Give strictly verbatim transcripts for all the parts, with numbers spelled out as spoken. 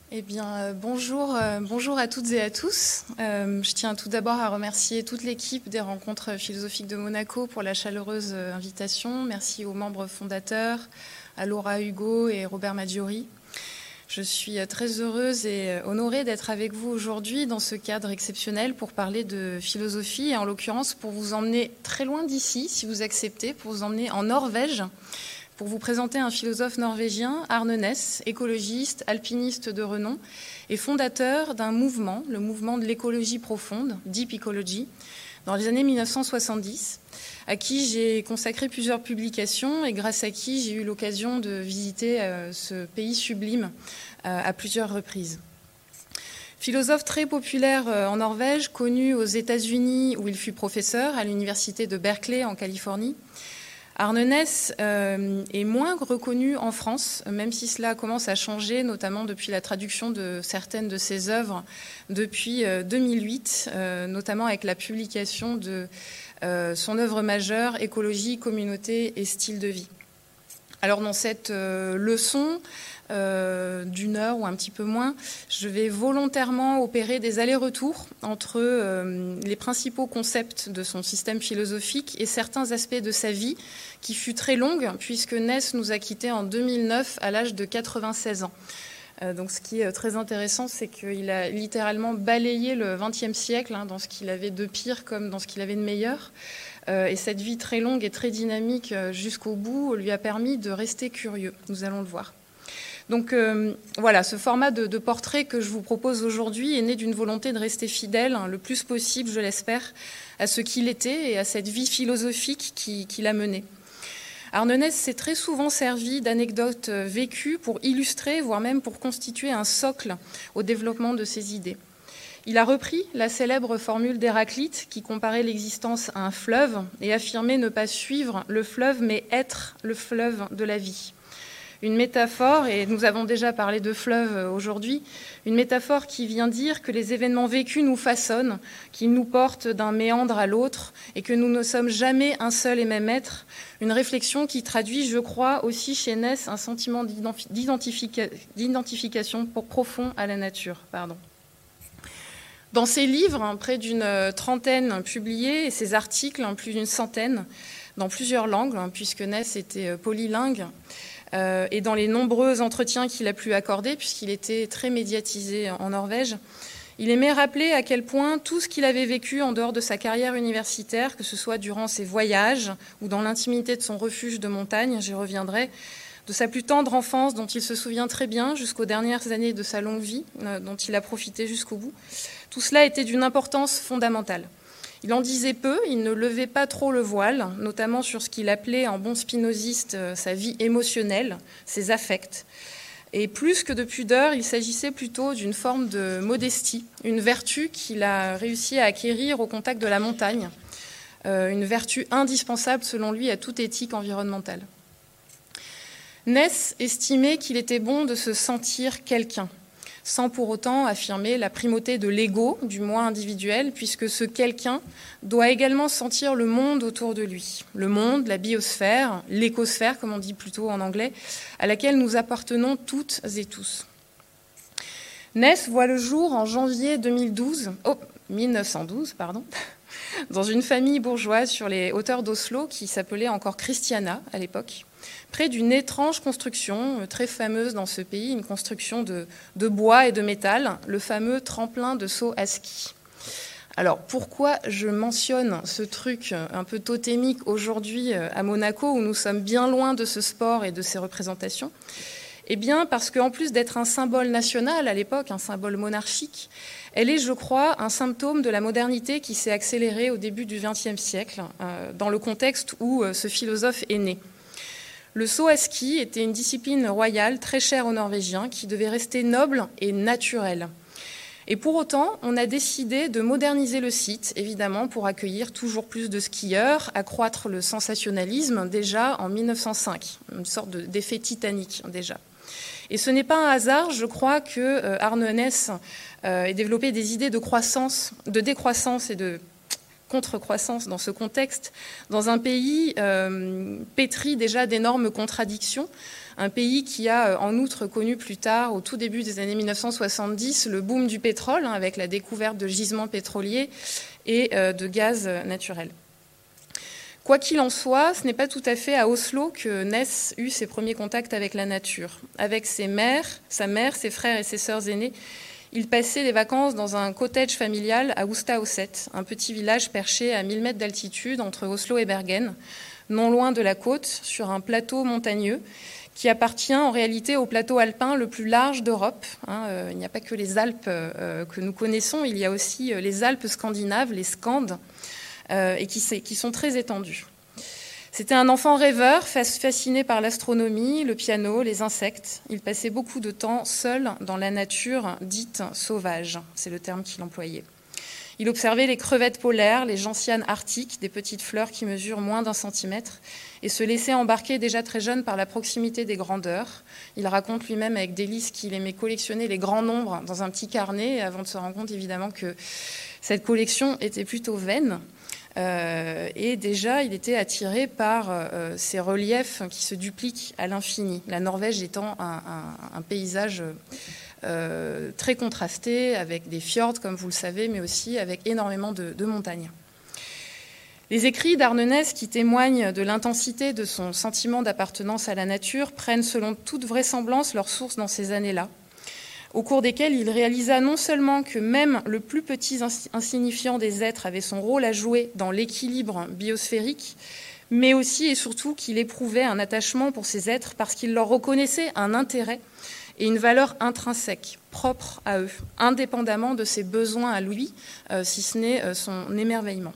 Eh bien, euh, bonjour, euh, bonjour à toutes et à tous. Euh, je tiens tout d'abord à remercier toute l'équipe des rencontres philosophiques de Monaco pour la chaleureuse euh, invitation. Merci aux membres fondateurs, à Laura Hugo et Robert Maggiori. Je suis très heureuse et honorée d'être avec vous aujourd'hui dans ce cadre exceptionnel pour parler de philosophie et en l'occurrence pour vous emmener très loin d'ici, si vous acceptez, pour vous emmener en Norvège, pour vous présenter un philosophe norvégien, Arne Næss, écologiste, alpiniste de renom et fondateur d'un mouvement, le mouvement de l'écologie profonde, Deep Ecology, dans les années mille neuf cent soixante-dix, à qui j'ai consacré plusieurs publications et grâce à qui j'ai eu l'occasion de visiter ce pays sublime à plusieurs reprises. Philosophe très populaire en Norvège, connu aux États-Unis où il fut professeur à l'université de Berkeley en Californie, Arne Næss euh, est moins reconnu en France, même si cela commence à changer, notamment depuis la traduction de certaines de ses œuvres depuis euh, deux mille huit, euh, notamment avec la publication de euh, son œuvre majeure « Écologie, communauté et style de vie ». Alors dans cette euh, leçon euh, d'une heure ou un petit peu moins, je vais volontairement opérer des allers-retours entre euh, les principaux concepts de son système philosophique et certains aspects de sa vie qui fut très longue puisque Næss nous a quittés en deux mille neuf à l'âge de quatre-vingt-seize ans. Euh, donc ce qui est très intéressant, c'est qu'il a littéralement balayé le vingtième siècle hein, dans ce qu'il avait de pire comme dans ce qu'il avait de meilleur. Euh, et cette vie très longue et très dynamique euh, jusqu'au bout lui a permis de rester curieux. Nous allons le voir. Donc euh, voilà, ce format de, de portrait que je vous propose aujourd'hui est né d'une volonté de rester fidèle, hein, le plus possible, je l'espère, à ce qu'il était et à cette vie philosophique qui, qui l'a mené. Arne Næss s'est très souvent servi d'anecdotes vécues pour illustrer, voire même pour constituer un socle au développement de ses idées. Il a repris la célèbre formule d'Héraclite qui comparait l'existence à un fleuve et affirmait ne pas suivre le fleuve mais être le fleuve de la vie. Une métaphore, et nous avons déjà parlé de fleuve aujourd'hui, une métaphore qui vient dire que les événements vécus nous façonnent, qu'ils nous portent d'un méandre à l'autre et que nous ne sommes jamais un seul et même être. Une réflexion qui traduit, je crois, aussi chez Næss un sentiment d'identifica- d'identification profond à la nature. Pardon. Dans ses livres, près d'une trentaine publiés, et ses articles, plus d'une centaine, dans plusieurs langues, puisque Næss était polylingue, euh, et dans les nombreux entretiens qu'il a pu accorder, puisqu'il était très médiatisé en Norvège, il aimait rappeler à quel point tout ce qu'il avait vécu en dehors de sa carrière universitaire, que ce soit durant ses voyages ou dans l'intimité de son refuge de montagne, j'y reviendrai, de sa plus tendre enfance dont il se souvient très bien jusqu'aux dernières années de sa longue vie, euh, dont il a profité jusqu'au bout, tout cela était d'une importance fondamentale. Il en disait peu, il ne levait pas trop le voile, notamment sur ce qu'il appelait en bon spinoziste euh, sa vie émotionnelle, ses affects. Et plus que de pudeur, il s'agissait plutôt d'une forme de modestie, une vertu qu'il a réussi à acquérir au contact de la montagne, euh, une vertu indispensable selon lui à toute éthique environnementale. Næss estimait qu'il était bon de se sentir quelqu'un, sans pour autant affirmer la primauté de l'ego, du moi individuel, puisque ce quelqu'un doit également sentir le monde autour de lui. Le monde, la biosphère, l'écosphère, comme on dit plutôt en anglais, à laquelle nous appartenons toutes et tous. Næss voit le jour en janvier deux mille douze, oh, mille neuf cent douze, pardon, dans une famille bourgeoise sur les hauteurs d'Oslo qui s'appelait encore Christiania à l'époque, près d'une étrange construction très fameuse dans ce pays, une construction de, de bois et de métal, le fameux tremplin de saut à ski. Alors, pourquoi je mentionne ce truc un peu totémique aujourd'hui à Monaco, où nous sommes bien loin de ce sport et de ses représentations ? Eh bien, parce qu'en plus d'être un symbole national à l'époque, un symbole monarchique, elle est, je crois, un symptôme de la modernité qui s'est accélérée au début du vingtième siècle, euh, dans le contexte où euh, ce philosophe est né. Le saut à ski était une discipline royale très chère aux Norvégiens qui devait rester noble et naturelle. Et pour autant, on a décidé de moderniser le site, évidemment, pour accueillir toujours plus de skieurs, accroître le sensationnalisme déjà en mille neuf cent cinq, une sorte d'effet Titanic déjà. Et ce n'est pas un hasard, je crois, que euh, Arne Næss euh, ait développé des idées de croissance, de décroissance et de contre-croissance dans ce contexte, dans un pays euh, pétri déjà d'énormes contradictions, un pays qui a en outre connu plus tard, au tout début des années mille neuf cent soixante-dix, le boom du pétrole, hein, avec la découverte de gisements pétroliers et euh, de gaz naturel. Quoi qu'il en soit, ce n'est pas tout à fait à Oslo que Næss eut ses premiers contacts avec la nature. Avec ses mères, sa mère, ses frères et ses sœurs aînées, il passait des vacances dans un cottage familial à Ostaåset, un petit village perché à mille mètres d'altitude entre Oslo et Bergen, non loin de la côte, sur un plateau montagneux qui appartient en réalité au plateau alpin le plus large d'Europe. Hein, euh, il n'y a pas que les Alpes euh, que nous connaissons, il y a aussi euh, les Alpes scandinaves, les Skandes, euh, et qui, qui sont très étendues. C'était un enfant rêveur, fasciné par l'astronomie, le piano, les insectes. Il passait beaucoup de temps seul dans la nature dite sauvage, c'est le terme qu'il employait. Il observait les crevettes polaires, les gentianes arctiques, des petites fleurs qui mesurent moins d'un centimètre, et se laissait embarquer déjà très jeune par la proximité des grandeurs. Il raconte lui-même avec délice qu'il aimait collectionner les grands nombres dans un petit carnet, avant de se rendre compte évidemment que cette collection était plutôt vaine. Euh, et déjà, il était attiré par euh, ces reliefs qui se dupliquent à l'infini, la Norvège étant un, un, un paysage euh, très contrasté, avec des fjords, comme vous le savez, mais aussi avec énormément de, de montagnes. Les écrits d'Arne Næss, qui témoignent de l'intensité de son sentiment d'appartenance à la nature, prennent selon toute vraisemblance leur source dans ces années-là, au cours desquels il réalisa non seulement que même le plus petit insignifiant des êtres avait son rôle à jouer dans l'équilibre biosphérique, mais aussi et surtout qu'il éprouvait un attachement pour ces êtres parce qu'il leur reconnaissait un intérêt et une valeur intrinsèque, propre à eux, indépendamment de ses besoins à lui, euh, si ce n'est euh, son émerveillement.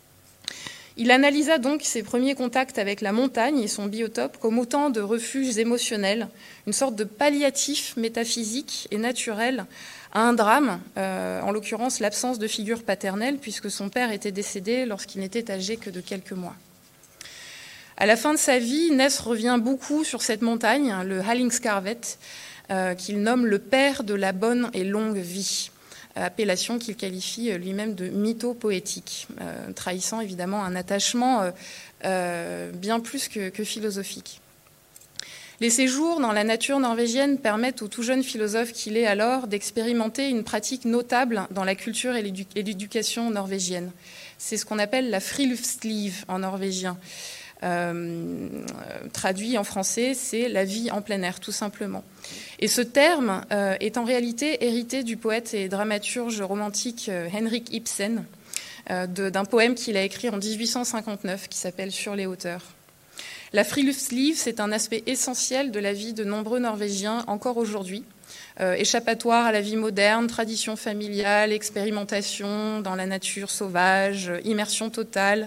Il analysa donc ses premiers contacts avec la montagne et son biotope comme autant de refuges émotionnels, une sorte de palliatif métaphysique et naturel à un drame, euh, en l'occurrence l'absence de figure paternelle, puisque son père était décédé lorsqu'il n'était âgé que de quelques mois. À la fin de sa vie, Næss revient beaucoup sur cette montagne, le Hallingskarvet, euh, qu'il nomme le père de la bonne et longue vie, appellation qu'il qualifie lui-même de mytho-poétique, euh, trahissant évidemment un attachement euh, euh, bien plus que, que philosophique. Les séjours dans la nature norvégienne permettent au tout jeune philosophe qu'il est alors d'expérimenter une pratique notable dans la culture et l'éducation norvégienne. C'est ce qu'on appelle la friluftsliv en norvégien. Euh, traduit en français, c'est la vie en plein air, tout simplement. Et ce terme euh, est en réalité hérité du poète et dramaturge romantique euh, Henrik Ibsen, euh, d'un poème qu'il a écrit en dix-huit cent cinquante-neuf qui s'appelle « Sur les hauteurs ». La friluftsliv, c'est un aspect essentiel de la vie de nombreux Norvégiens encore aujourd'hui. Euh, échappatoire à la vie moderne, tradition familiale, expérimentation dans la nature sauvage, immersion totale,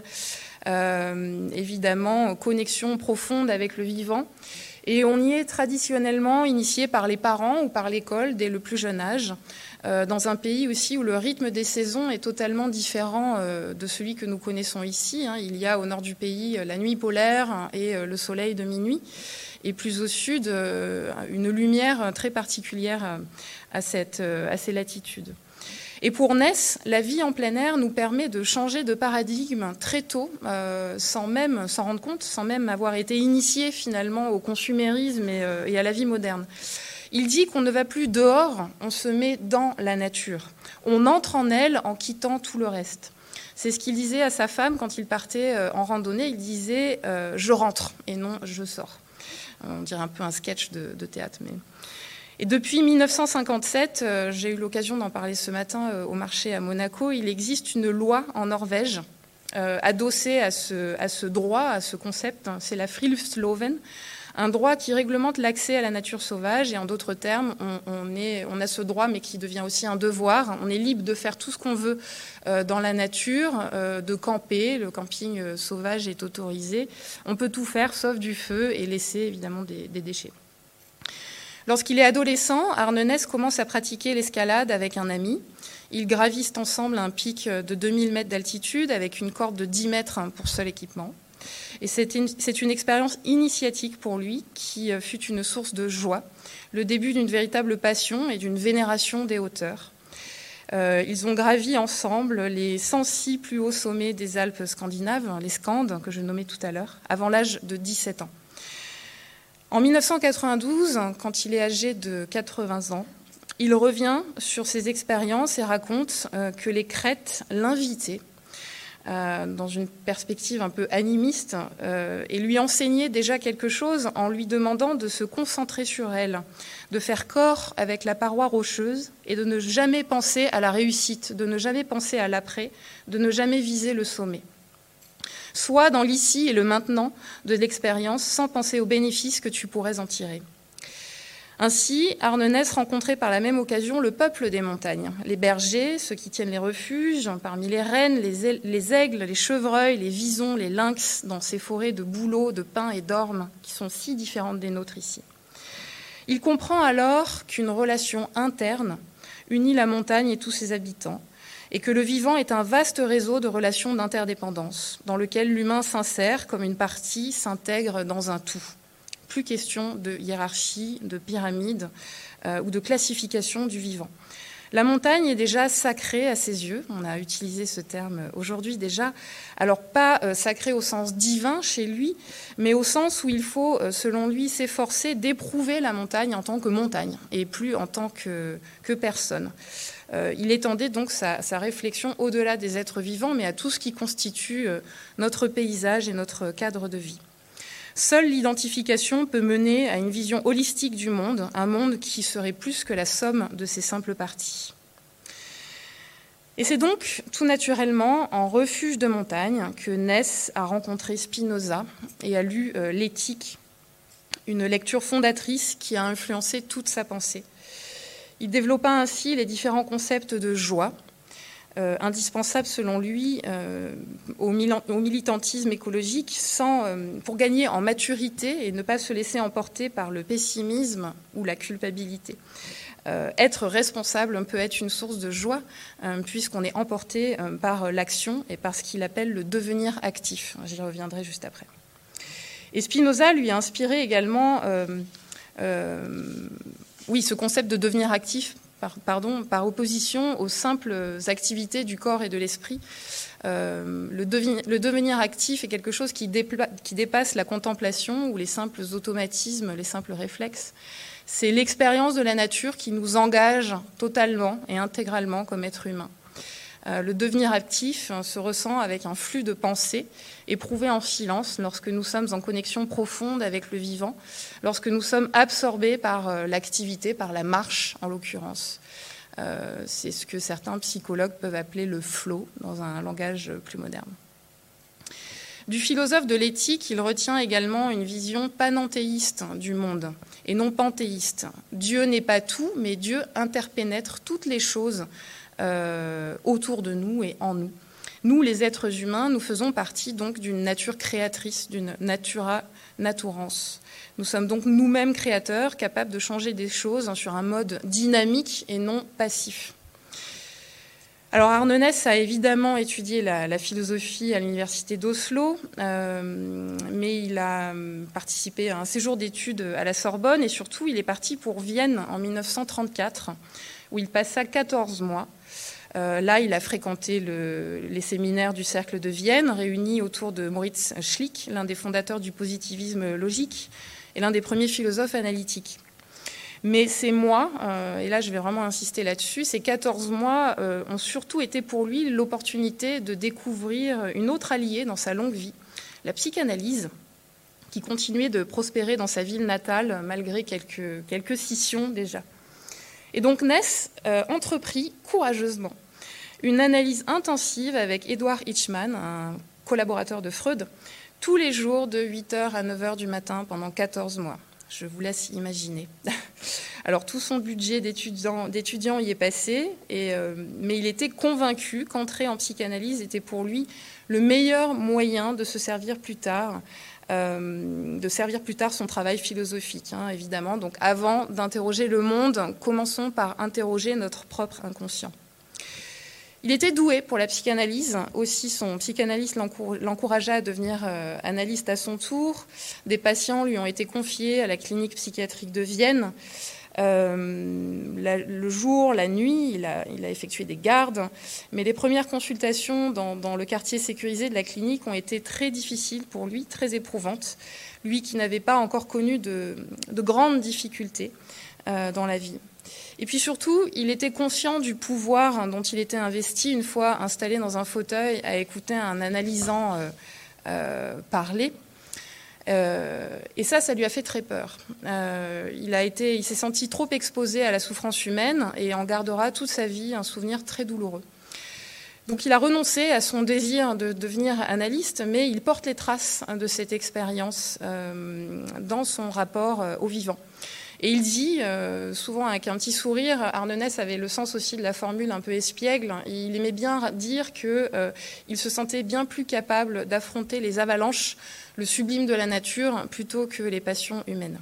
Euh, évidemment, connexion profonde avec le vivant. Et on y est traditionnellement initié par les parents ou par l'école dès le plus jeune âge, euh, dans un pays aussi où le rythme des saisons est totalement différent euh, de celui que nous connaissons ici. Hein. Il y a au nord du pays la nuit polaire et euh, le soleil de minuit, et plus au sud, euh, une lumière très particulière à, cette, euh, à ces latitudes. Et pour Næss, la vie en plein air nous permet de changer de paradigme très tôt, euh, sans même s'en rendre compte, sans même avoir été initié finalement au consumérisme et, euh, et à la vie moderne. Il dit qu'on ne va plus dehors, on se met dans la nature. On entre en elle en quittant tout le reste. C'est ce qu'il disait à sa femme quand il partait euh, en randonnée. Il disait euh, « je rentre » et non « je sors ». On dirait un peu un sketch de, de théâtre, mais... Et depuis mille neuf cent cinquante-sept, euh, j'ai eu l'occasion d'en parler ce matin euh, au marché à Monaco, il existe une loi en Norvège euh, adossée à ce, à ce droit, à ce concept, hein, c'est la Friluftsloven, un droit qui réglemente l'accès à la nature sauvage, et en d'autres termes, on, on, est, on a ce droit, mais qui devient aussi un devoir. On est libre de faire tout ce qu'on veut euh, dans la nature, euh, de camper, le camping euh, sauvage est autorisé. On peut tout faire, sauf du feu, et laisser évidemment des, des déchets. Lorsqu'il est adolescent, Arne Næss commence à pratiquer l'escalade avec un ami. Ils gravissent ensemble un pic de deux mille mètres d'altitude avec une corde de dix mètres pour seul équipement. Et c'est une, c'est une expérience initiatique pour lui qui fut une source de joie, le début d'une véritable passion et d'une vénération des hauteurs. Euh, ils ont gravi ensemble les cent six plus hauts sommets des Alpes scandinaves, les Scandes, que je nommais tout à l'heure, avant l'âge de dix-sept ans. En mille neuf cent quatre-vingt-douze, quand il est âgé de quatre-vingts ans, il revient sur ses expériences et raconte euh, que les Crêtes l'invitaient euh, dans une perspective un peu animiste euh, et lui enseignaient déjà quelque chose en lui demandant de se concentrer sur elle, de faire corps avec la paroi rocheuse et de ne jamais penser à la réussite, de ne jamais penser à l'après, de ne jamais viser le sommet. Sois dans l'ici et le maintenant de l'expérience sans penser aux bénéfices que tu pourrais en tirer. Ainsi, Arne Næss rencontrait par la même occasion le peuple des montagnes, les bergers, ceux qui tiennent les refuges, parmi les rennes, les, les aigles, les chevreuils, les visons, les lynx, dans ces forêts de bouleaux, de pins et d'ormes qui sont si différentes des nôtres ici. Il comprend alors qu'une relation interne unit la montagne et tous ses habitants, et que le vivant est un vaste réseau de relations d'interdépendance, dans lequel l'humain s'insère comme une partie s'intègre dans un tout. Plus question de hiérarchie, de pyramide euh, ou de classification du vivant. La montagne est déjà sacrée à ses yeux, on a utilisé ce terme aujourd'hui déjà, alors pas euh, sacrée au sens divin chez lui, mais au sens où il faut, euh, selon lui, s'efforcer d'éprouver la montagne en tant que montagne, et plus en tant que, que personne. Euh, il étendait donc sa, sa réflexion au-delà des êtres vivants, mais à tout ce qui constitue euh, notre paysage et notre cadre de vie. Seule l'identification peut mener à une vision holistique du monde, un monde qui serait plus que la somme de ses simples parties. Et c'est donc tout naturellement en refuge de montagne que Næss a rencontré Spinoza et a lu euh, l'Éthique, une lecture fondatrice qui a influencé toute sa pensée. Il développa ainsi les différents concepts de joie, Euh, indispensable selon lui euh, au, mil- au militantisme écologique sans, euh, pour gagner en maturité et ne pas se laisser emporter par le pessimisme ou la culpabilité. Euh, être responsable peut être une source de joie euh, puisqu'on est emporté euh, par l'action et par ce qu'il appelle le devenir actif. J'y reviendrai juste après. Et Spinoza lui a inspiré également euh, euh, oui, ce concept de devenir actif Par, pardon, par opposition aux simples activités du corps et de l'esprit. Euh, le, devi- le devenir actif est quelque chose qui, dépla- qui dépasse la contemplation ou les simples automatismes, les simples réflexes. C'est l'expérience de la nature qui nous engage totalement et intégralement comme êtres humains. Euh, le devenir actif hein, se ressent avec un flux de pensée éprouvé en silence lorsque nous sommes en connexion profonde avec le vivant, lorsque nous sommes absorbés par euh, l'activité, par la marche en l'occurrence. Euh, c'est ce que certains psychologues peuvent appeler le flow dans un langage plus moderne. Du philosophe de l'éthique, il retient également une vision panenthéiste du monde et non panthéiste. Dieu n'est pas tout, mais Dieu interpénètre toutes les choses euh, autour de nous et en nous. Nous, les êtres humains, nous faisons partie donc d'une nature créatrice, d'une natura naturans. Nous sommes donc nous-mêmes créateurs, capables de changer des choses sur un mode dynamique et non passif. Alors Arne Næss a évidemment étudié la, la philosophie à l'université d'Oslo, euh, mais il a participé à un séjour d'études à la Sorbonne et surtout il est parti pour Vienne en mille neuf cent trente-quatre, où il passa quatorze mois. Euh, là, il a fréquenté le, les séminaires du Cercle de Vienne, réunis autour de Moritz Schlick, l'un des fondateurs du positivisme logique et l'un des premiers philosophes analytiques. Mais ces mois, euh, et là je vais vraiment insister là-dessus, ces quatorze mois euh, ont surtout été pour lui l'opportunité de découvrir une autre alliée dans sa longue vie, la psychanalyse, qui continuait de prospérer dans sa ville natale malgré quelques, quelques scissions déjà. Et donc Næss euh, entreprit courageusement une analyse intensive avec Eduard Hirschman, un collaborateur de Freud, tous les jours de huit heures à neuf heures du matin pendant quatorze mois. Je vous laisse imaginer. Alors tout son budget d'étudiant, d'étudiant y est passé, et, euh, mais il était convaincu qu'entrer en psychanalyse était pour lui le meilleur moyen de se servir plus tard, euh, de servir plus tard son travail philosophique, hein, évidemment. Donc avant d'interroger le monde, commençons par interroger notre propre inconscient. Il était doué pour la psychanalyse. Aussi, son psychanalyste l'encouragea à devenir euh, analyste à son tour. Des patients lui ont été confiés à la clinique psychiatrique de Vienne. Euh, la, le jour, la nuit, il a, il a effectué des gardes, mais les premières consultations dans, dans le quartier sécurisé de la clinique ont été très difficiles pour lui, très éprouvantes, lui qui n'avait pas encore connu de, de grandes difficultés euh, dans la vie. Et puis surtout, il était conscient du pouvoir dont il était investi une fois installé dans un fauteuil à écouter un analysant euh, euh, parler. Euh, et ça, ça lui a fait très peur. Euh, il a été, il s'est senti trop exposé à la souffrance humaine et en gardera toute sa vie un souvenir très douloureux. Donc il a renoncé à son désir de devenir analyste, mais il porte les traces de cette expérience euh, dans son rapport au vivant. Et il dit, euh, souvent avec un petit sourire, Arne Næss avait le sens aussi de la formule un peu espiègle, il aimait bien dire qu'il euh, se sentait bien plus capable d'affronter les avalanches, le sublime de la nature, plutôt que les passions humaines.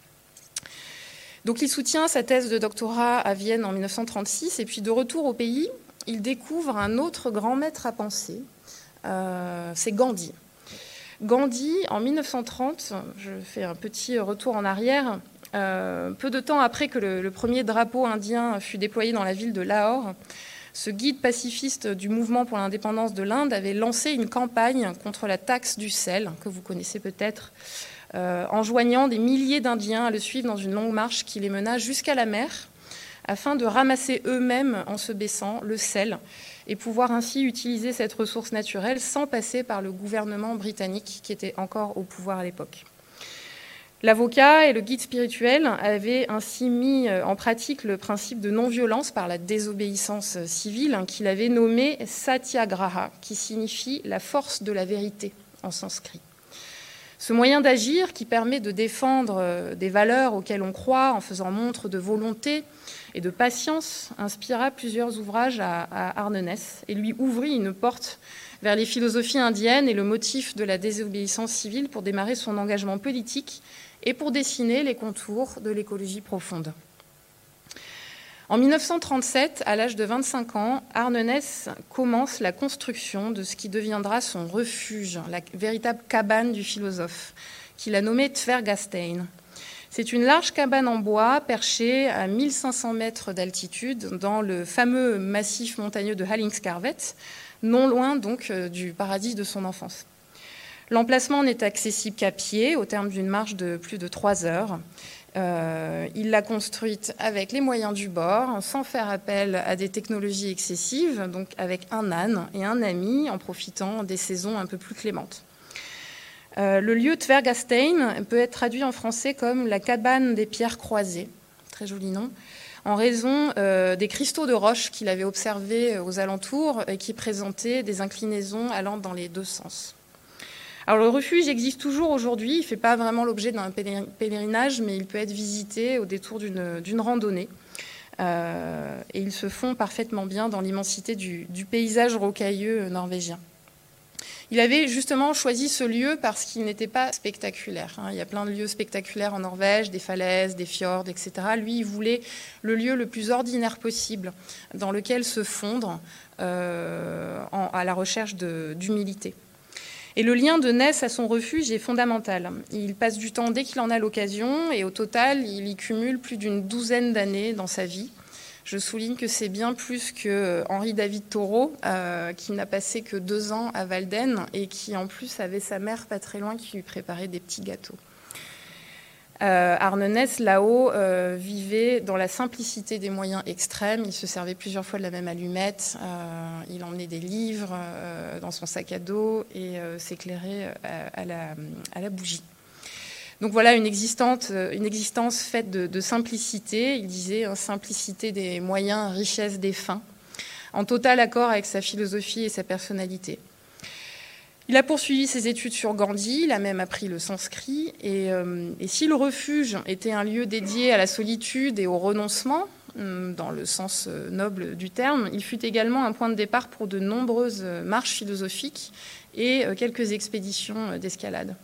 Donc il soutient sa thèse de doctorat à Vienne en mille neuf cent trente-six, et puis de retour au pays, il découvre un autre grand maître à penser, euh, c'est Gandhi. Gandhi, en mille neuf cent trente, je fais un petit retour en arrière, Euh, peu de temps après que le, le premier drapeau indien fut déployé dans la ville de Lahore, ce guide pacifiste du mouvement pour l'indépendance de l'Inde avait lancé une campagne contre la taxe du sel, que vous connaissez peut-être, euh, enjoignant des milliers d'Indiens à le suivre dans une longue marche qui les mena jusqu'à la mer, afin de ramasser eux-mêmes, en se baissant, le sel, et pouvoir ainsi utiliser cette ressource naturelle sans passer par le gouvernement britannique qui était encore au pouvoir à l'époque. L'avocat et le guide spirituel avaient ainsi mis en pratique le principe de non-violence par la désobéissance civile qu'il avait nommé Satyagraha, qui signifie la force de la vérité en sanskrit. Ce moyen d'agir qui permet de défendre des valeurs auxquelles on croit en faisant montre de volonté et de patience inspira plusieurs ouvrages à, à Arne Næss et lui ouvrit une porte vers les philosophies indiennes et le motif de la désobéissance civile pour démarrer son engagement politique et pour dessiner les contours de l'écologie profonde. En mille neuf cent trente-sept, à l'âge de vingt-cinq ans, Arne Næss commence la construction de ce qui deviendra son refuge, la véritable cabane du philosophe, qu'il a nommée Tvergastein. C'est une large cabane en bois perchée à mille cinq cents mètres d'altitude dans le fameux massif montagneux de Hallingskarvet, non loin donc du paradis de son enfance. L'emplacement n'est accessible qu'à pied, au terme d'une marche de plus de trois heures. Euh, il l'a construite avec les moyens du bord, sans faire appel à des technologies excessives, donc avec un âne et un ami, en profitant des saisons un peu plus clémentes. Euh, le lieu Tvergastein peut être traduit en français comme la cabane des pierres croisées, très joli nom, en raison euh, des cristaux de roche qu'il avait observés aux alentours et qui présentaient des inclinaisons allant dans les deux sens. Alors le refuge existe toujours aujourd'hui, il ne fait pas vraiment l'objet d'un pèlerinage, mais il peut être visité au détour d'une, d'une randonnée. Euh, et ils se font parfaitement bien dans l'immensité du, du paysage rocailleux norvégien. Il avait justement choisi ce lieu parce qu'il n'était pas spectaculaire. Il y a plein de lieux spectaculaires en Norvège, des falaises, des fjords, et cetera. Lui, il voulait le lieu le plus ordinaire possible dans lequel se fondre euh, en, à la recherche de, d'humilité. Et le lien de Næss à son refuge est fondamental. Il passe du temps dès qu'il en a l'occasion et au total, il y cumule plus d'une douzaine d'années dans sa vie. Je souligne que c'est bien plus que Henri David Thoreau, euh, qui n'a passé que deux ans à Walden et qui en plus avait sa mère pas très loin qui lui préparait des petits gâteaux. Euh, Arne Næss, là-haut, euh, vivait dans la simplicité des moyens extrêmes. Il se servait plusieurs fois de la même allumette. Euh, il emmenait des livres euh, dans son sac à dos et euh, s'éclairait à, à, la, à la bougie. Donc voilà une, une existence faite de, de simplicité. Il disait hein, simplicité des moyens, richesse des fins, en total accord avec sa philosophie et sa personnalité. Il a poursuivi ses études sur Gandhi, il a même appris le sanskrit, et, euh, et si le refuge était un lieu dédié à la solitude et au renoncement, dans le sens noble du terme, il fut également un point de départ pour de nombreuses marches philosophiques et quelques expéditions d'escalade.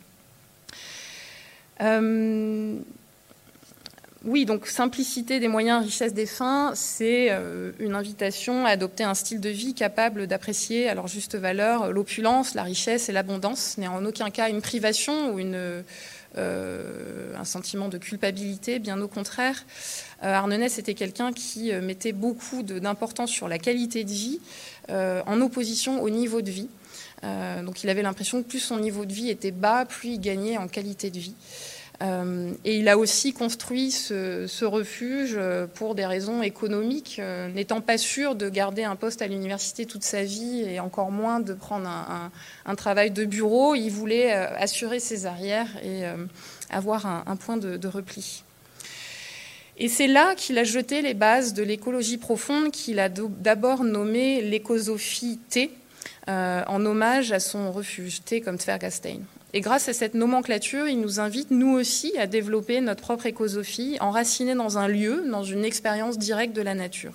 Euh, Oui, donc simplicité des moyens, richesse des fins, c'est euh, une invitation à adopter un style de vie capable d'apprécier à leur juste valeur l'opulence, la richesse et l'abondance. Ce n'est en aucun cas une privation ou une, euh, un sentiment de culpabilité, bien au contraire. Euh, Arne Naess était quelqu'un qui euh, mettait beaucoup d'importance sur la qualité de vie euh, en opposition au niveau de vie. Euh, donc il avait l'impression que plus son niveau de vie était bas, plus il gagnait en qualité de vie. Euh, et il a aussi construit ce, ce refuge pour des raisons économiques, euh, n'étant pas sûr de garder un poste à l'université toute sa vie et encore moins de prendre un, un, un travail de bureau. Il voulait euh, assurer ses arrières et euh, avoir un, un point de, de repli. Et c'est là qu'il a jeté les bases de l'écologie profonde qu'il a d'abord nommée l'écosophie T, euh, en hommage à son refuge, T comme Tvergastein. Et grâce à cette nomenclature, il nous invite, nous aussi, à développer notre propre écosophie, enracinée dans un lieu, dans une expérience directe de la nature.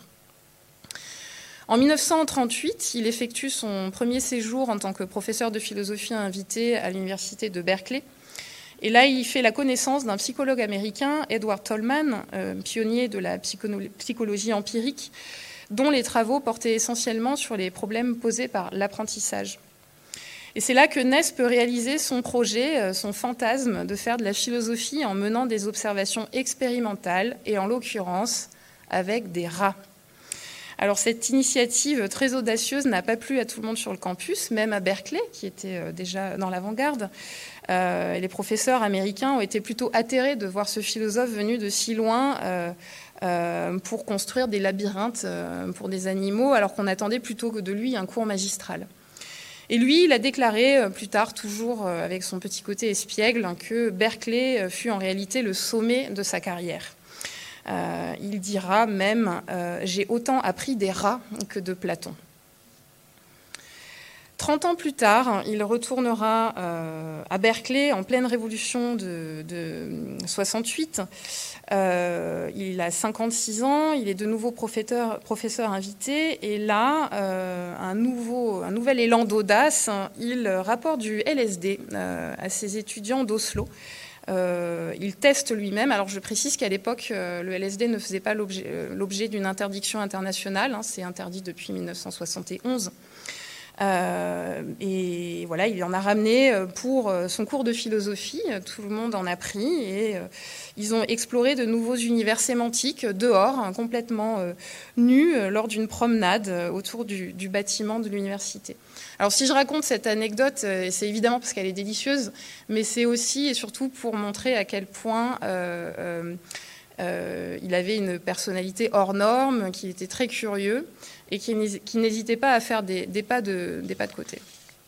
En mille neuf cent trente-huit, il effectue son premier séjour en tant que professeur de philosophie invité à l'université de Berkeley. Et là, il fait la connaissance d'un psychologue américain, Edward Tolman, euh, pionnier de la psychologie empirique, dont les travaux portaient essentiellement sur les problèmes posés par l'apprentissage. Et c'est là que Naess peut réaliser son projet, son fantasme de faire de la philosophie en menant des observations expérimentales et en l'occurrence avec des rats. Alors cette initiative très audacieuse n'a pas plu à tout le monde sur le campus, même à Berkeley, qui était déjà dans l'avant-garde. Euh, les professeurs américains ont été plutôt atterrés de voir ce philosophe venu de si loin euh, euh, pour construire des labyrinthes euh, pour des animaux, alors qu'on attendait plutôt que de lui un cours magistral. Et lui, il a déclaré plus tard, toujours avec son petit côté espiègle, que Berkeley fut en réalité le sommet de sa carrière. Euh, il dira même euh, « J'ai autant appris des rats que de Platon ». Trente ans plus tard, il retournera euh, à Berkeley en pleine révolution de, de soixante-huit. Euh, il a cinquante-six ans, il est de nouveau professeur, professeur invité, et là, euh, un, nouveau, un nouvel élan d'audace, il rapporte du L S D euh, à ses étudiants d'Oslo. Euh, il teste lui-même. Alors je précise qu'à l'époque, euh, le L S D ne faisait pas l'objet euh, d'une interdiction internationale, hein, c'est interdit depuis mille neuf cent soixante et onze. Euh, et voilà, il en a ramené pour son cours de philosophie, tout le monde en a pris, et euh, ils ont exploré de nouveaux univers sémantiques dehors, hein, complètement euh, nus, euh, lors d'une promenade euh, autour du, du bâtiment de l'université. Alors si je raconte cette anecdote, euh, c'est évidemment parce qu'elle est délicieuse, mais c'est aussi et surtout pour montrer à quel point euh, euh, euh, il avait une personnalité hors norme, qu'il était très curieux, et qui n'hésitait pas à faire des, des, pas de, des pas de côté.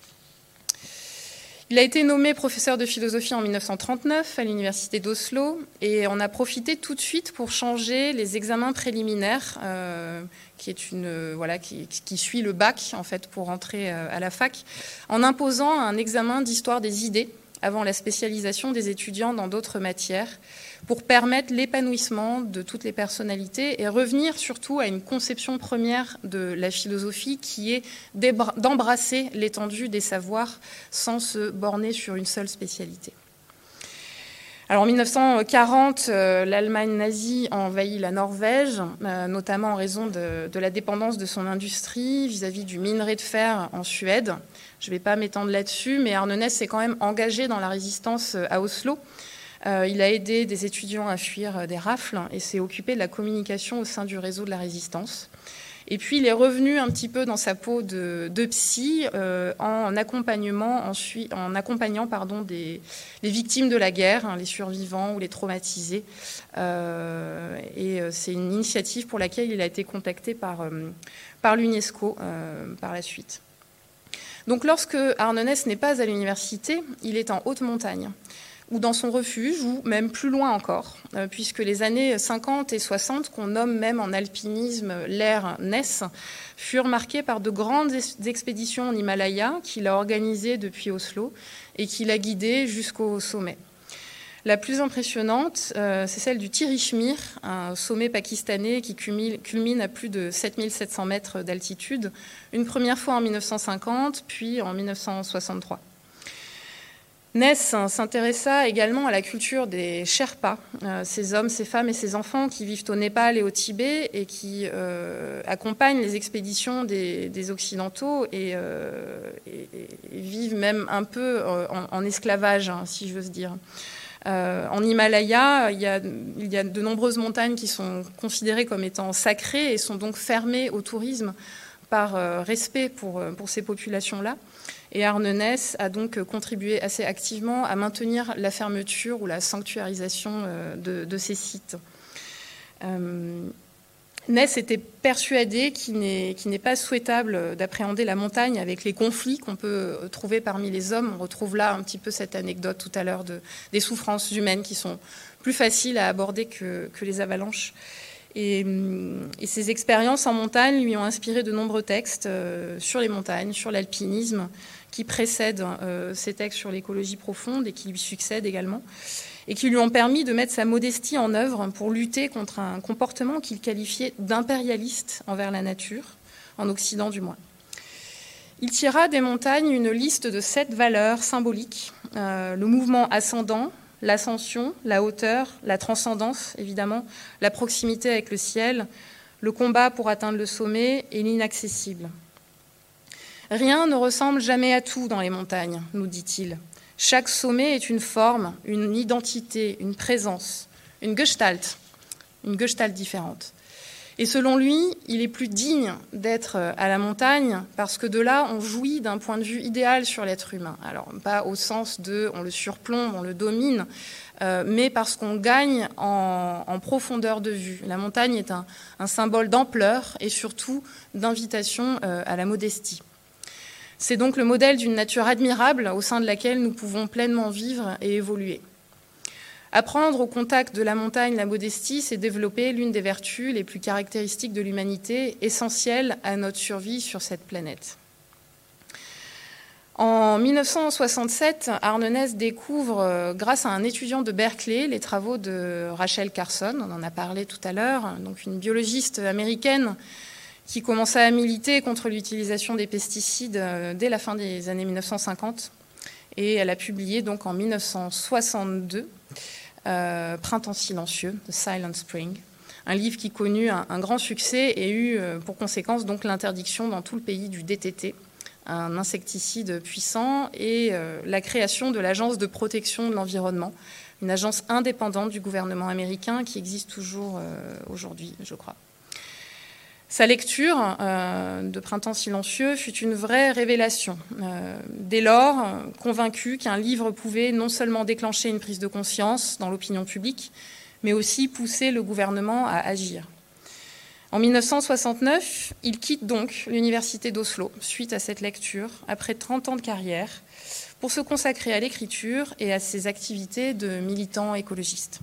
Il a été nommé professeur de philosophie en mille neuf cent trente-neuf à l'université d'Oslo, et on a profité tout de suite pour changer les examens préliminaires, euh, qui, est une, euh, voilà, qui, qui suit le bac en fait, pour entrer euh, à la fac, en imposant un examen d'histoire des idées avant la spécialisation des étudiants dans d'autres matières, pour permettre l'épanouissement de toutes les personnalités et revenir surtout à une conception première de la philosophie qui est d'embrasser l'étendue des savoirs sans se borner sur une seule spécialité. Alors en mille neuf cent quarante, euh, l'Allemagne nazie envahit la Norvège, euh, notamment en raison de, de la dépendance de son industrie vis-à-vis du minerai de fer en Suède. Je ne vais pas m'étendre là-dessus, mais Arne Naess s'est quand même engagé dans la résistance à Oslo. Euh, il a aidé des étudiants à fuir des rafles et s'est occupé de la communication au sein du réseau de la résistance. Et puis, il est revenu un petit peu dans sa peau de, de psy euh, en, accompagnement, ensuite, en accompagnant pardon, des, les victimes de la guerre, hein, les survivants ou les traumatisés. Euh, et c'est une initiative pour laquelle il a été contacté par, euh, par l'UNESCO euh, par la suite. Donc, lorsque Arne Naess n'est pas à l'université, il est en haute montagne, ou dans son refuge, ou même plus loin encore, euh, puisque les années cinquante et soixante, qu'on nomme même en alpinisme l'ère Naess, furent marquées par de grandes expéditions en Himalaya qu'il a organisées depuis Oslo et qu'il a guidées jusqu'au sommet. La plus impressionnante, euh, c'est celle du Tirishmir, un sommet pakistanais qui culmine, culmine à plus de sept mille sept cents mètres d'altitude, une première fois en mille neuf cent cinquante, puis en mille neuf cent soixante-trois. Naess s'intéressa également à la culture des Sherpas, euh, ces hommes, ces femmes et ces enfants qui vivent au Népal et au Tibet et qui euh, accompagnent les expéditions des, des Occidentaux et, euh, et, et vivent même un peu en, en esclavage, hein, si j'ose dire. Euh, en Himalaya, il y, a, il y a de nombreuses montagnes qui sont considérées comme étant sacrées et sont donc fermées au tourisme par euh, respect pour, pour ces populations-là. Et Arne Næss a donc contribué assez activement à maintenir la fermeture ou la sanctuarisation euh, de, de ces sites. Euh, Næss était persuadé qu'il n'est, qu'il n'est pas souhaitable d'appréhender la montagne avec les conflits qu'on peut trouver parmi les hommes. On retrouve là un petit peu cette anecdote tout à l'heure de, des souffrances humaines qui sont plus faciles à aborder que, que les avalanches. Et, et ces expériences en montagne lui ont inspiré de nombreux textes euh, sur les montagnes, sur l'alpinisme, qui précèdent euh, ces textes sur l'écologie profonde et qui lui succèdent également, et qui lui ont permis de mettre sa modestie en œuvre pour lutter contre un comportement qu'il qualifiait d'impérialiste envers la nature, en Occident du moins. Il tira des montagnes une liste de sept valeurs symboliques, euh, le mouvement ascendant, l'ascension, la hauteur, la transcendance, évidemment, la proximité avec le ciel, le combat pour atteindre le sommet et l'inaccessible. Rien ne ressemble jamais à tout dans les montagnes, nous dit-il. Chaque sommet est une forme, une identité, une présence, une gestalt, une gestalt différente. Et selon lui, il est plus digne d'être à la montagne parce que de là, on jouit d'un point de vue idéal sur l'être humain. Alors, pas au sens de on le surplombe, on le domine, euh, mais parce qu'on gagne en, en profondeur de vue. La montagne est un, un symbole d'ampleur et surtout d'invitation euh, à la modestie. C'est donc le modèle d'une nature admirable au sein de laquelle nous pouvons pleinement vivre et évoluer. Apprendre au contact de la montagne la modestie, c'est développer l'une des vertus les plus caractéristiques de l'humanité, essentielles à notre survie sur cette planète. En mille neuf cent soixante-sept, Arne Næss découvre, grâce à un étudiant de Berkeley, les travaux de Rachel Carson, on en a parlé tout à l'heure, donc une biologiste américaine qui commença à militer contre l'utilisation des pesticides dès la fin des années mille neuf cent cinquante. Et elle a publié donc en mille neuf cent soixante-deux euh, Printemps silencieux, The Silent Spring, un livre qui connut un, un grand succès et eut pour conséquence donc l'interdiction dans tout le pays du D T T, un insecticide puissant, et euh, la création de l'Agence de protection de l'environnement, une agence indépendante du gouvernement américain qui existe toujours euh, aujourd'hui, je crois. Sa lecture euh, de Printemps silencieux fut une vraie révélation. Euh, dès lors, convaincu qu'un livre pouvait non seulement déclencher une prise de conscience dans l'opinion publique, mais aussi pousser le gouvernement à agir. En mille neuf cent soixante-neuf, il quitte donc l'université d'Oslo, suite à cette lecture, après trente ans de carrière, pour se consacrer à l'écriture et à ses activités de militant écologiste.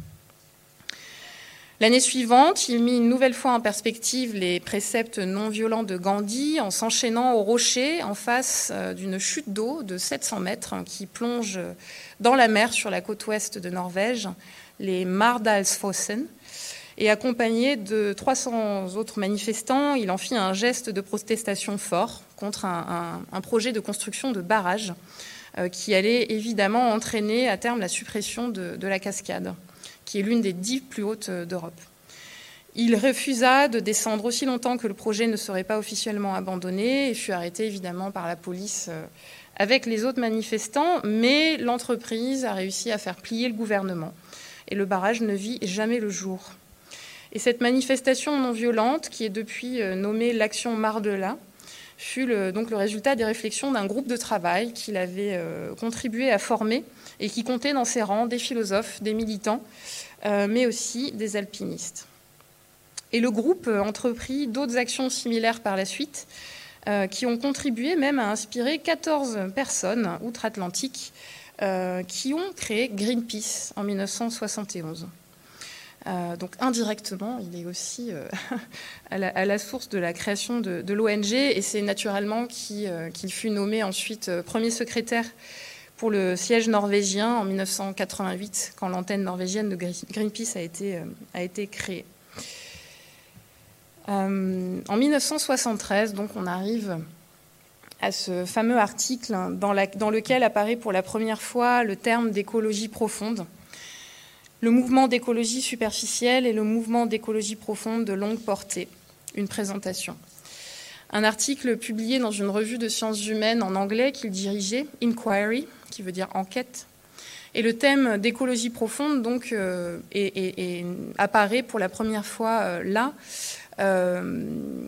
L'année suivante, il mit une nouvelle fois en perspective les préceptes non violents de Gandhi en s'enchaînant au rocher en face d'une chute d'eau de sept cents mètres qui plonge dans la mer sur la côte ouest de Norvège, les Mardalsfossen. Et accompagné de trois cents autres manifestants, il en fit un geste de protestation fort contre un, un, un projet de construction de barrage euh, qui allait évidemment entraîner à terme la suppression de, de la cascade, qui est l'une des dix plus hautes d'Europe. Il refusa de descendre aussi longtemps que le projet ne serait pas officiellement abandonné et fut arrêté évidemment par la police avec les autres manifestants, mais l'entreprise a réussi à faire plier le gouvernement et le barrage ne vit jamais le jour. Et cette manifestation non violente, qui est depuis nommée l'Action Mardela, fut le, donc le résultat des réflexions d'un groupe de travail qu'il avait euh, contribué à former et qui comptait dans ses rangs des philosophes, des militants, euh, mais aussi des alpinistes. Et le groupe entreprit d'autres actions similaires par la suite, euh, qui ont contribué même à inspirer quatorze personnes outre-Atlantique euh, qui ont créé Greenpeace en mille neuf cent soixante et onze. Euh, donc indirectement, il est aussi euh, à, la, à la source de la création de, de l'O N G, et c'est naturellement qu'il euh, qu'il fut nommé ensuite euh, premier secrétaire pour le siège norvégien en mille neuf cent quatre-vingt-huit, quand l'antenne norvégienne de Greenpeace a été, euh, a été créée. Euh, en mille neuf cent soixante-treize, donc, on arrive à ce fameux article dans, la, dans lequel apparaît pour la première fois le terme d'écologie profonde, le mouvement d'écologie superficielle et le mouvement d'écologie profonde de longue portée, une présentation. Un article publié dans une revue de sciences humaines en anglais qu'il dirigeait, Inquiry, qui veut dire enquête, Et le thème d'écologie profonde donc, euh, est, est, est, apparaît pour la première fois euh, là, euh,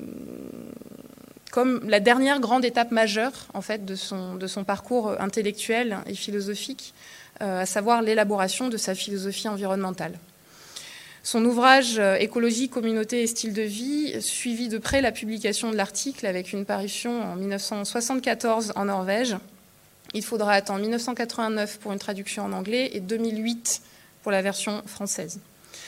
comme la dernière grande étape majeure en fait, de, son, de son parcours intellectuel et philosophique, euh, à savoir l'élaboration de sa philosophie environnementale. Son ouvrage euh, « Écologie, communauté et style de vie » suivit de près la publication de l'article avec une parution en mille neuf cent soixante-quatorze en Norvège. Il faudra attendre mille neuf cent quatre-vingt-neuf pour une traduction en anglais et deux mille huit pour la version française.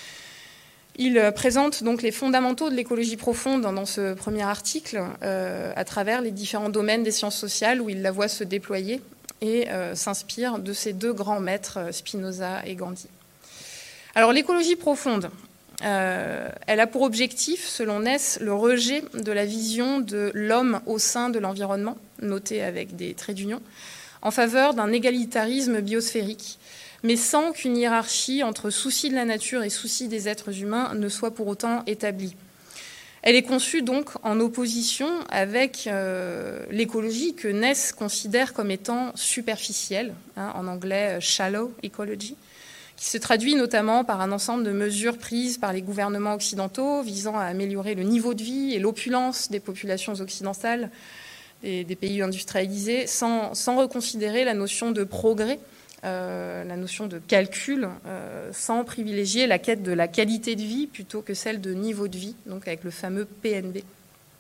Il présente donc les fondamentaux de l'écologie profonde dans ce premier article euh, à travers les différents domaines des sciences sociales où il la voit se déployer et euh, s'inspire de ses deux grands maîtres, Spinoza et Gandhi. Alors l'écologie profonde, euh, elle a pour objectif, selon Naess, le rejet de la vision de l'homme au sein de l'environnement, noté avec des traits d'union, en faveur d'un égalitarisme biosphérique, mais sans qu'une hiérarchie entre souci de la nature et souci des êtres humains ne soit pour autant établie. Elle est conçue donc en opposition avec euh, l'écologie que Naess considère comme étant superficielle, hein, en anglais « shallow ecology », qui se traduit notamment par un ensemble de mesures prises par les gouvernements occidentaux visant à améliorer le niveau de vie et l'opulence des populations occidentales, des, des pays industrialisés, sans, sans reconsidérer la notion de progrès, euh, la notion de calcul, euh, sans privilégier la quête de la qualité de vie plutôt que celle de niveau de vie, donc avec le fameux P N B.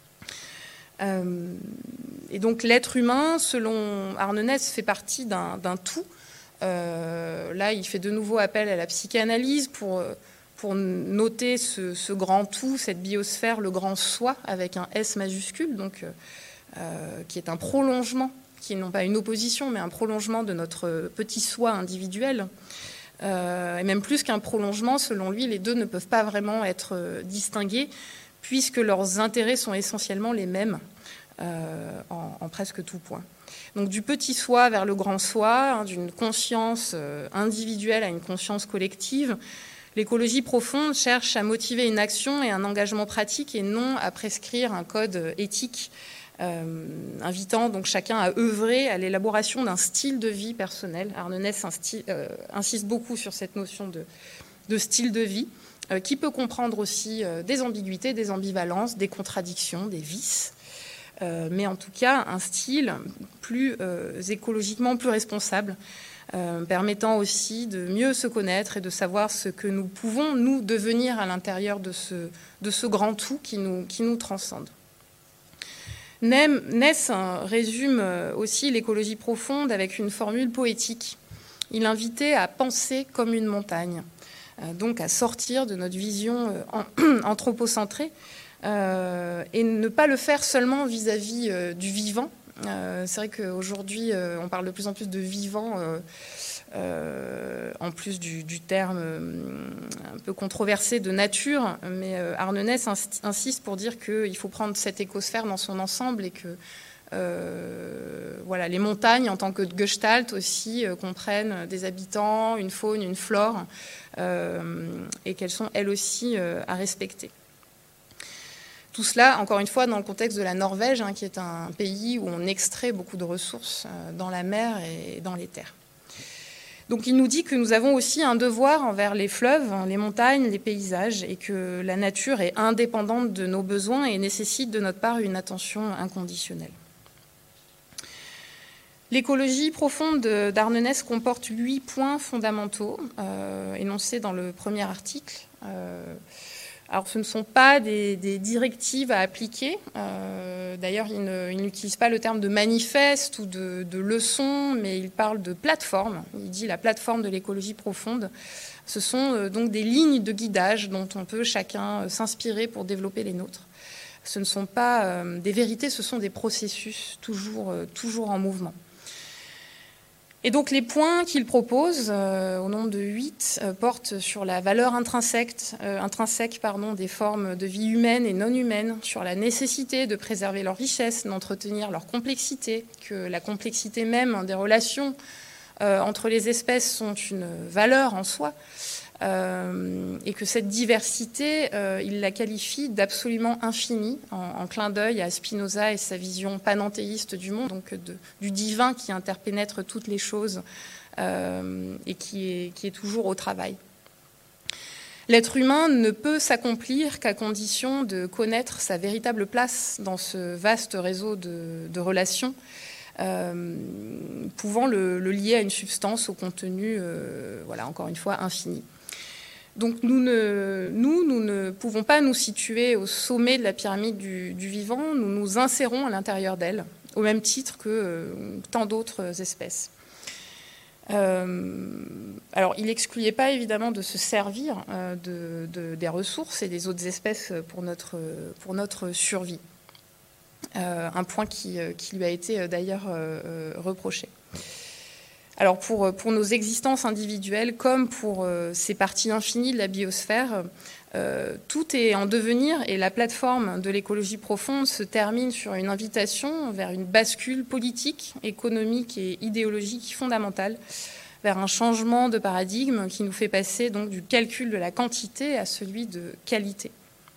Euh, et donc l'être humain, selon Arne Naess, fait partie d'un, d'un tout. Euh, là, il fait de nouveau appel à la psychanalyse pour, pour noter ce, ce grand tout, cette biosphère, le grand soi, avec un S majuscule, donc, euh, qui est un prolongement, qui n'est non pas une opposition, mais un prolongement de notre petit soi individuel. Euh, et même plus qu'un prolongement, selon lui, les deux ne peuvent pas vraiment être distingués, puisque leurs intérêts sont essentiellement les mêmes euh, en, en presque tout point. Donc du petit soi vers le grand soi, hein, d'une conscience individuelle à une conscience collective, l'écologie profonde cherche à motiver une action et un engagement pratique et non à prescrire un code éthique, euh, invitant donc chacun à œuvrer à l'élaboration d'un style de vie personnel. Arne Naess euh, insiste beaucoup sur cette notion de, de style de vie, euh, qui peut comprendre aussi euh, des ambiguïtés, des ambivalences, des contradictions, des vices. Euh, mais en tout cas un style plus euh, écologiquement plus responsable, euh, permettant aussi de mieux se connaître et de savoir ce que nous pouvons, nous, devenir à l'intérieur de ce, de ce grand tout qui nous, qui nous transcende. Naess résume aussi l'écologie profonde avec une formule poétique. Il invitait à penser comme une montagne, euh, donc à sortir de notre vision euh, anthropocentrée, Euh, et ne pas le faire seulement vis-à-vis euh, du vivant. Euh, c'est vrai qu'aujourd'hui, euh, on parle de plus en plus de vivant, euh, euh, en plus du, du terme euh, un peu controversé de nature, mais euh, Arne Naess insiste pour dire qu'il faut prendre cette écosphère dans son ensemble et que euh, voilà, les montagnes, en tant que gestalt aussi, euh, comprennent des habitants, une faune, une flore, euh, et qu'elles sont elles aussi euh, à respecter. Tout cela, encore une fois, dans le contexte de la Norvège, hein, qui est un pays où on extrait beaucoup de ressources euh, dans la mer et dans les terres. Donc il nous dit que nous avons aussi un devoir envers les fleuves, les montagnes, les paysages, et que la nature est indépendante de nos besoins et nécessite de notre part une attention inconditionnelle. L'écologie profonde d'Arne Naess comporte huit points fondamentaux, euh, énoncés dans le premier article. Euh, Alors, ce ne sont pas des, des directives à appliquer. Euh, d'ailleurs, il, ne, il n'utilise pas le terme de manifeste ou de, de leçon, mais il parle de plateforme. Il dit la plateforme de l'écologie profonde. Ce sont euh, donc des lignes de guidage dont on peut chacun euh, s'inspirer pour développer les nôtres. Ce ne sont pas euh, des vérités, ce sont des processus toujours, euh, toujours en mouvement. Et donc les points qu'il propose, euh, au nombre de huit, euh, portent sur la valeur intrinsèque, euh, intrinsèque pardon, des formes de vie humaines et non humaines, sur la nécessité de préserver leur richesse, d'entretenir leur complexité, que la complexité même des relations euh, entre les espèces sont une valeur en soi, euh, et que cette diversité, euh, il la qualifie d'absolument infinie, en, en clin d'œil à Spinoza et sa vision panenthéiste du monde, donc de, du divin qui interpénètre toutes les choses euh, et qui est, qui est toujours au travail. L'être humain ne peut s'accomplir qu'à condition de connaître sa véritable place dans ce vaste réseau de, de relations, euh, pouvant le, le lier à une substance au contenu, euh, voilà, encore une fois, infini. Donc nous ne, nous, nous ne pouvons pas nous situer au sommet de la pyramide du, du vivant, nous nous insérons à l'intérieur d'elle, au même titre que euh, tant d'autres espèces. Euh, alors, il n'excluait pas évidemment de se servir euh, de, de, des ressources et des autres espèces pour notre, pour notre survie. Euh, un point qui, qui lui a été d'ailleurs euh, reproché. Alors, pour, pour nos existences individuelles, comme pour euh, ces parties infinies de la biosphère, euh, tout est en devenir et la plateforme de l'écologie profonde se termine sur une invitation vers une bascule politique, économique et idéologique fondamentale, vers un changement de paradigme qui nous fait passer donc du calcul de la quantité à celui de qualité.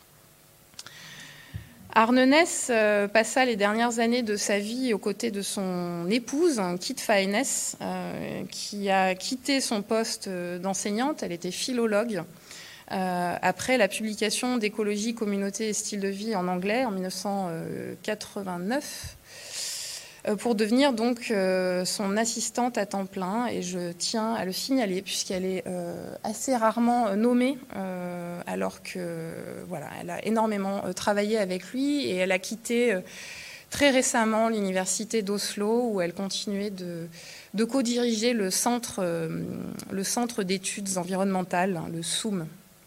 Arne Næss euh, passa les dernières années de sa vie aux côtés de son épouse, Kit Faennes, euh, qui a quitté son poste d'enseignante. Elle était philologue. Euh, après la publication d'Écologie, communauté et style de vie en anglais en mille neuf cent quatre-vingt-neuf, euh, pour devenir donc euh, son assistante à temps plein. Et je tiens à le signaler puisqu'elle est euh, assez rarement nommée, euh, alors que voilà, elle a énormément euh, travaillé avec lui et elle a quitté euh, très récemment l'université d'Oslo où elle continuait de, de co-diriger le centre, euh, le centre d'études environnementales, le S O M.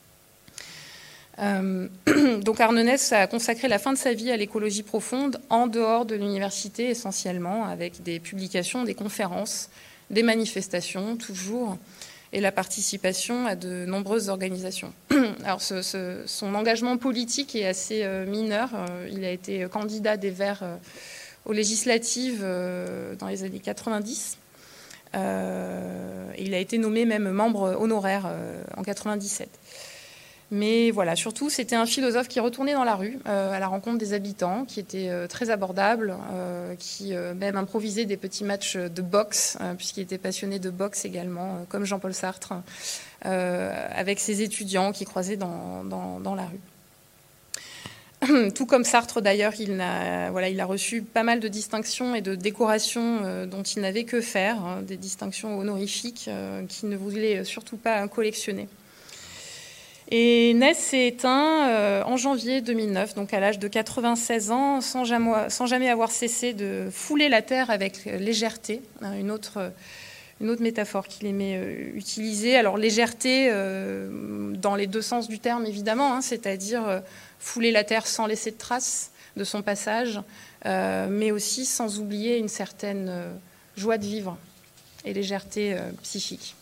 Euh, donc Arne Næss a consacré la fin de sa vie à l'écologie profonde en dehors de l'université essentiellement, avec des publications, des conférences, des manifestations toujours, et la participation à de nombreuses organisations. Alors ce, ce, son engagement politique est assez euh, mineur. Euh, il a été candidat des Verts euh, aux législatives euh, dans les années quatre-vingt-dix. Euh, et il a été nommé même membre honoraire euh, en quatre-vingt-dix-sept. Mais voilà, surtout, c'était un philosophe qui retournait dans la rue euh, à la rencontre des habitants, qui était euh, très abordable, euh, qui euh, même improvisait des petits matchs de boxe, euh, puisqu'il était passionné de boxe également, euh, comme Jean-Paul Sartre, euh, avec ses étudiants qui croisaient dans, dans, dans la rue. Tout comme Sartre, d'ailleurs, il a, voilà, il a reçu pas mal de distinctions et de décorations euh, dont il n'avait que faire, hein, des distinctions honorifiques euh, qu'il ne voulait surtout pas collectionner. Et Næss s'est éteint euh, en janvier deux mille neuf, donc à l'âge de quatre-vingt-seize ans, sans jamais, sans jamais avoir cessé de fouler la terre avec légèreté, hein, une, autre, une autre métaphore qu'il aimait euh, utiliser. Alors légèreté euh, dans les deux sens du terme, évidemment, hein, c'est-à-dire euh, fouler la terre sans laisser de traces de son passage, euh, mais aussi sans oublier une certaine euh, joie de vivre et légèreté euh, psychique.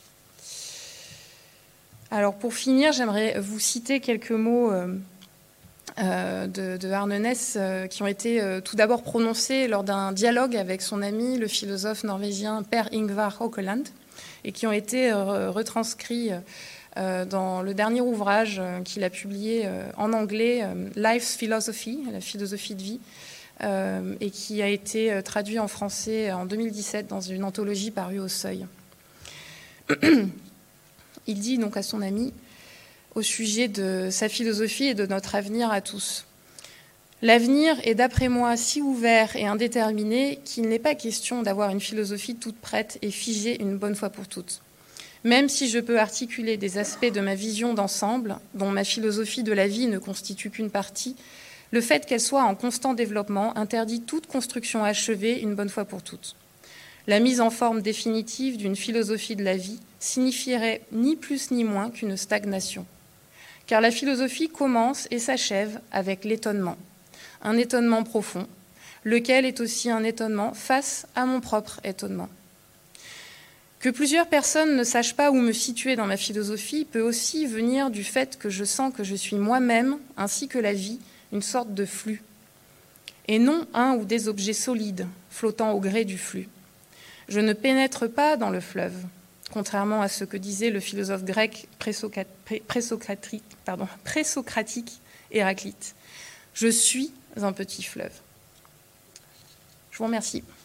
Alors pour finir, j'aimerais vous citer quelques mots euh, euh, de, de Arne Næss euh, qui ont été euh, tout d'abord prononcés lors d'un dialogue avec son ami, le philosophe norvégien Per Ingvar Haukeland, et qui ont été euh, retranscrits euh, dans le dernier ouvrage euh, qu'il a publié euh, en anglais, euh, Life's Philosophy, la philosophie de vie, euh, et qui a été euh, traduit en français en deux mille dix-sept dans une anthologie parue au Seuil. Il dit donc à son ami au sujet de sa philosophie et de notre avenir à tous. L'avenir est d'après moi si ouvert et indéterminé qu'il n'est pas question d'avoir une philosophie toute prête et figée une bonne fois pour toutes. Même si je peux articuler des aspects de ma vision d'ensemble, dont ma philosophie de la vie ne constitue qu'une partie, le fait qu'elle soit en constant développement interdit toute construction achevée une bonne fois pour toutes. La mise en forme définitive d'une philosophie de la vie signifierait ni plus ni moins qu'une stagnation. Car la philosophie commence et s'achève avec l'étonnement, un étonnement profond, lequel est aussi un étonnement face à mon propre étonnement. Que plusieurs personnes ne sachent pas où me situer dans ma philosophie peut aussi venir du fait que je sens que je suis moi-même, ainsi que la vie, une sorte de flux, et non un ou des objets solides flottant au gré du flux. Je ne pénètre pas dans le fleuve. contrairement à ce que disait le philosophe grec présocratique, pardon, présocratique Héraclite. Je suis un petit fleuve. Je vous remercie.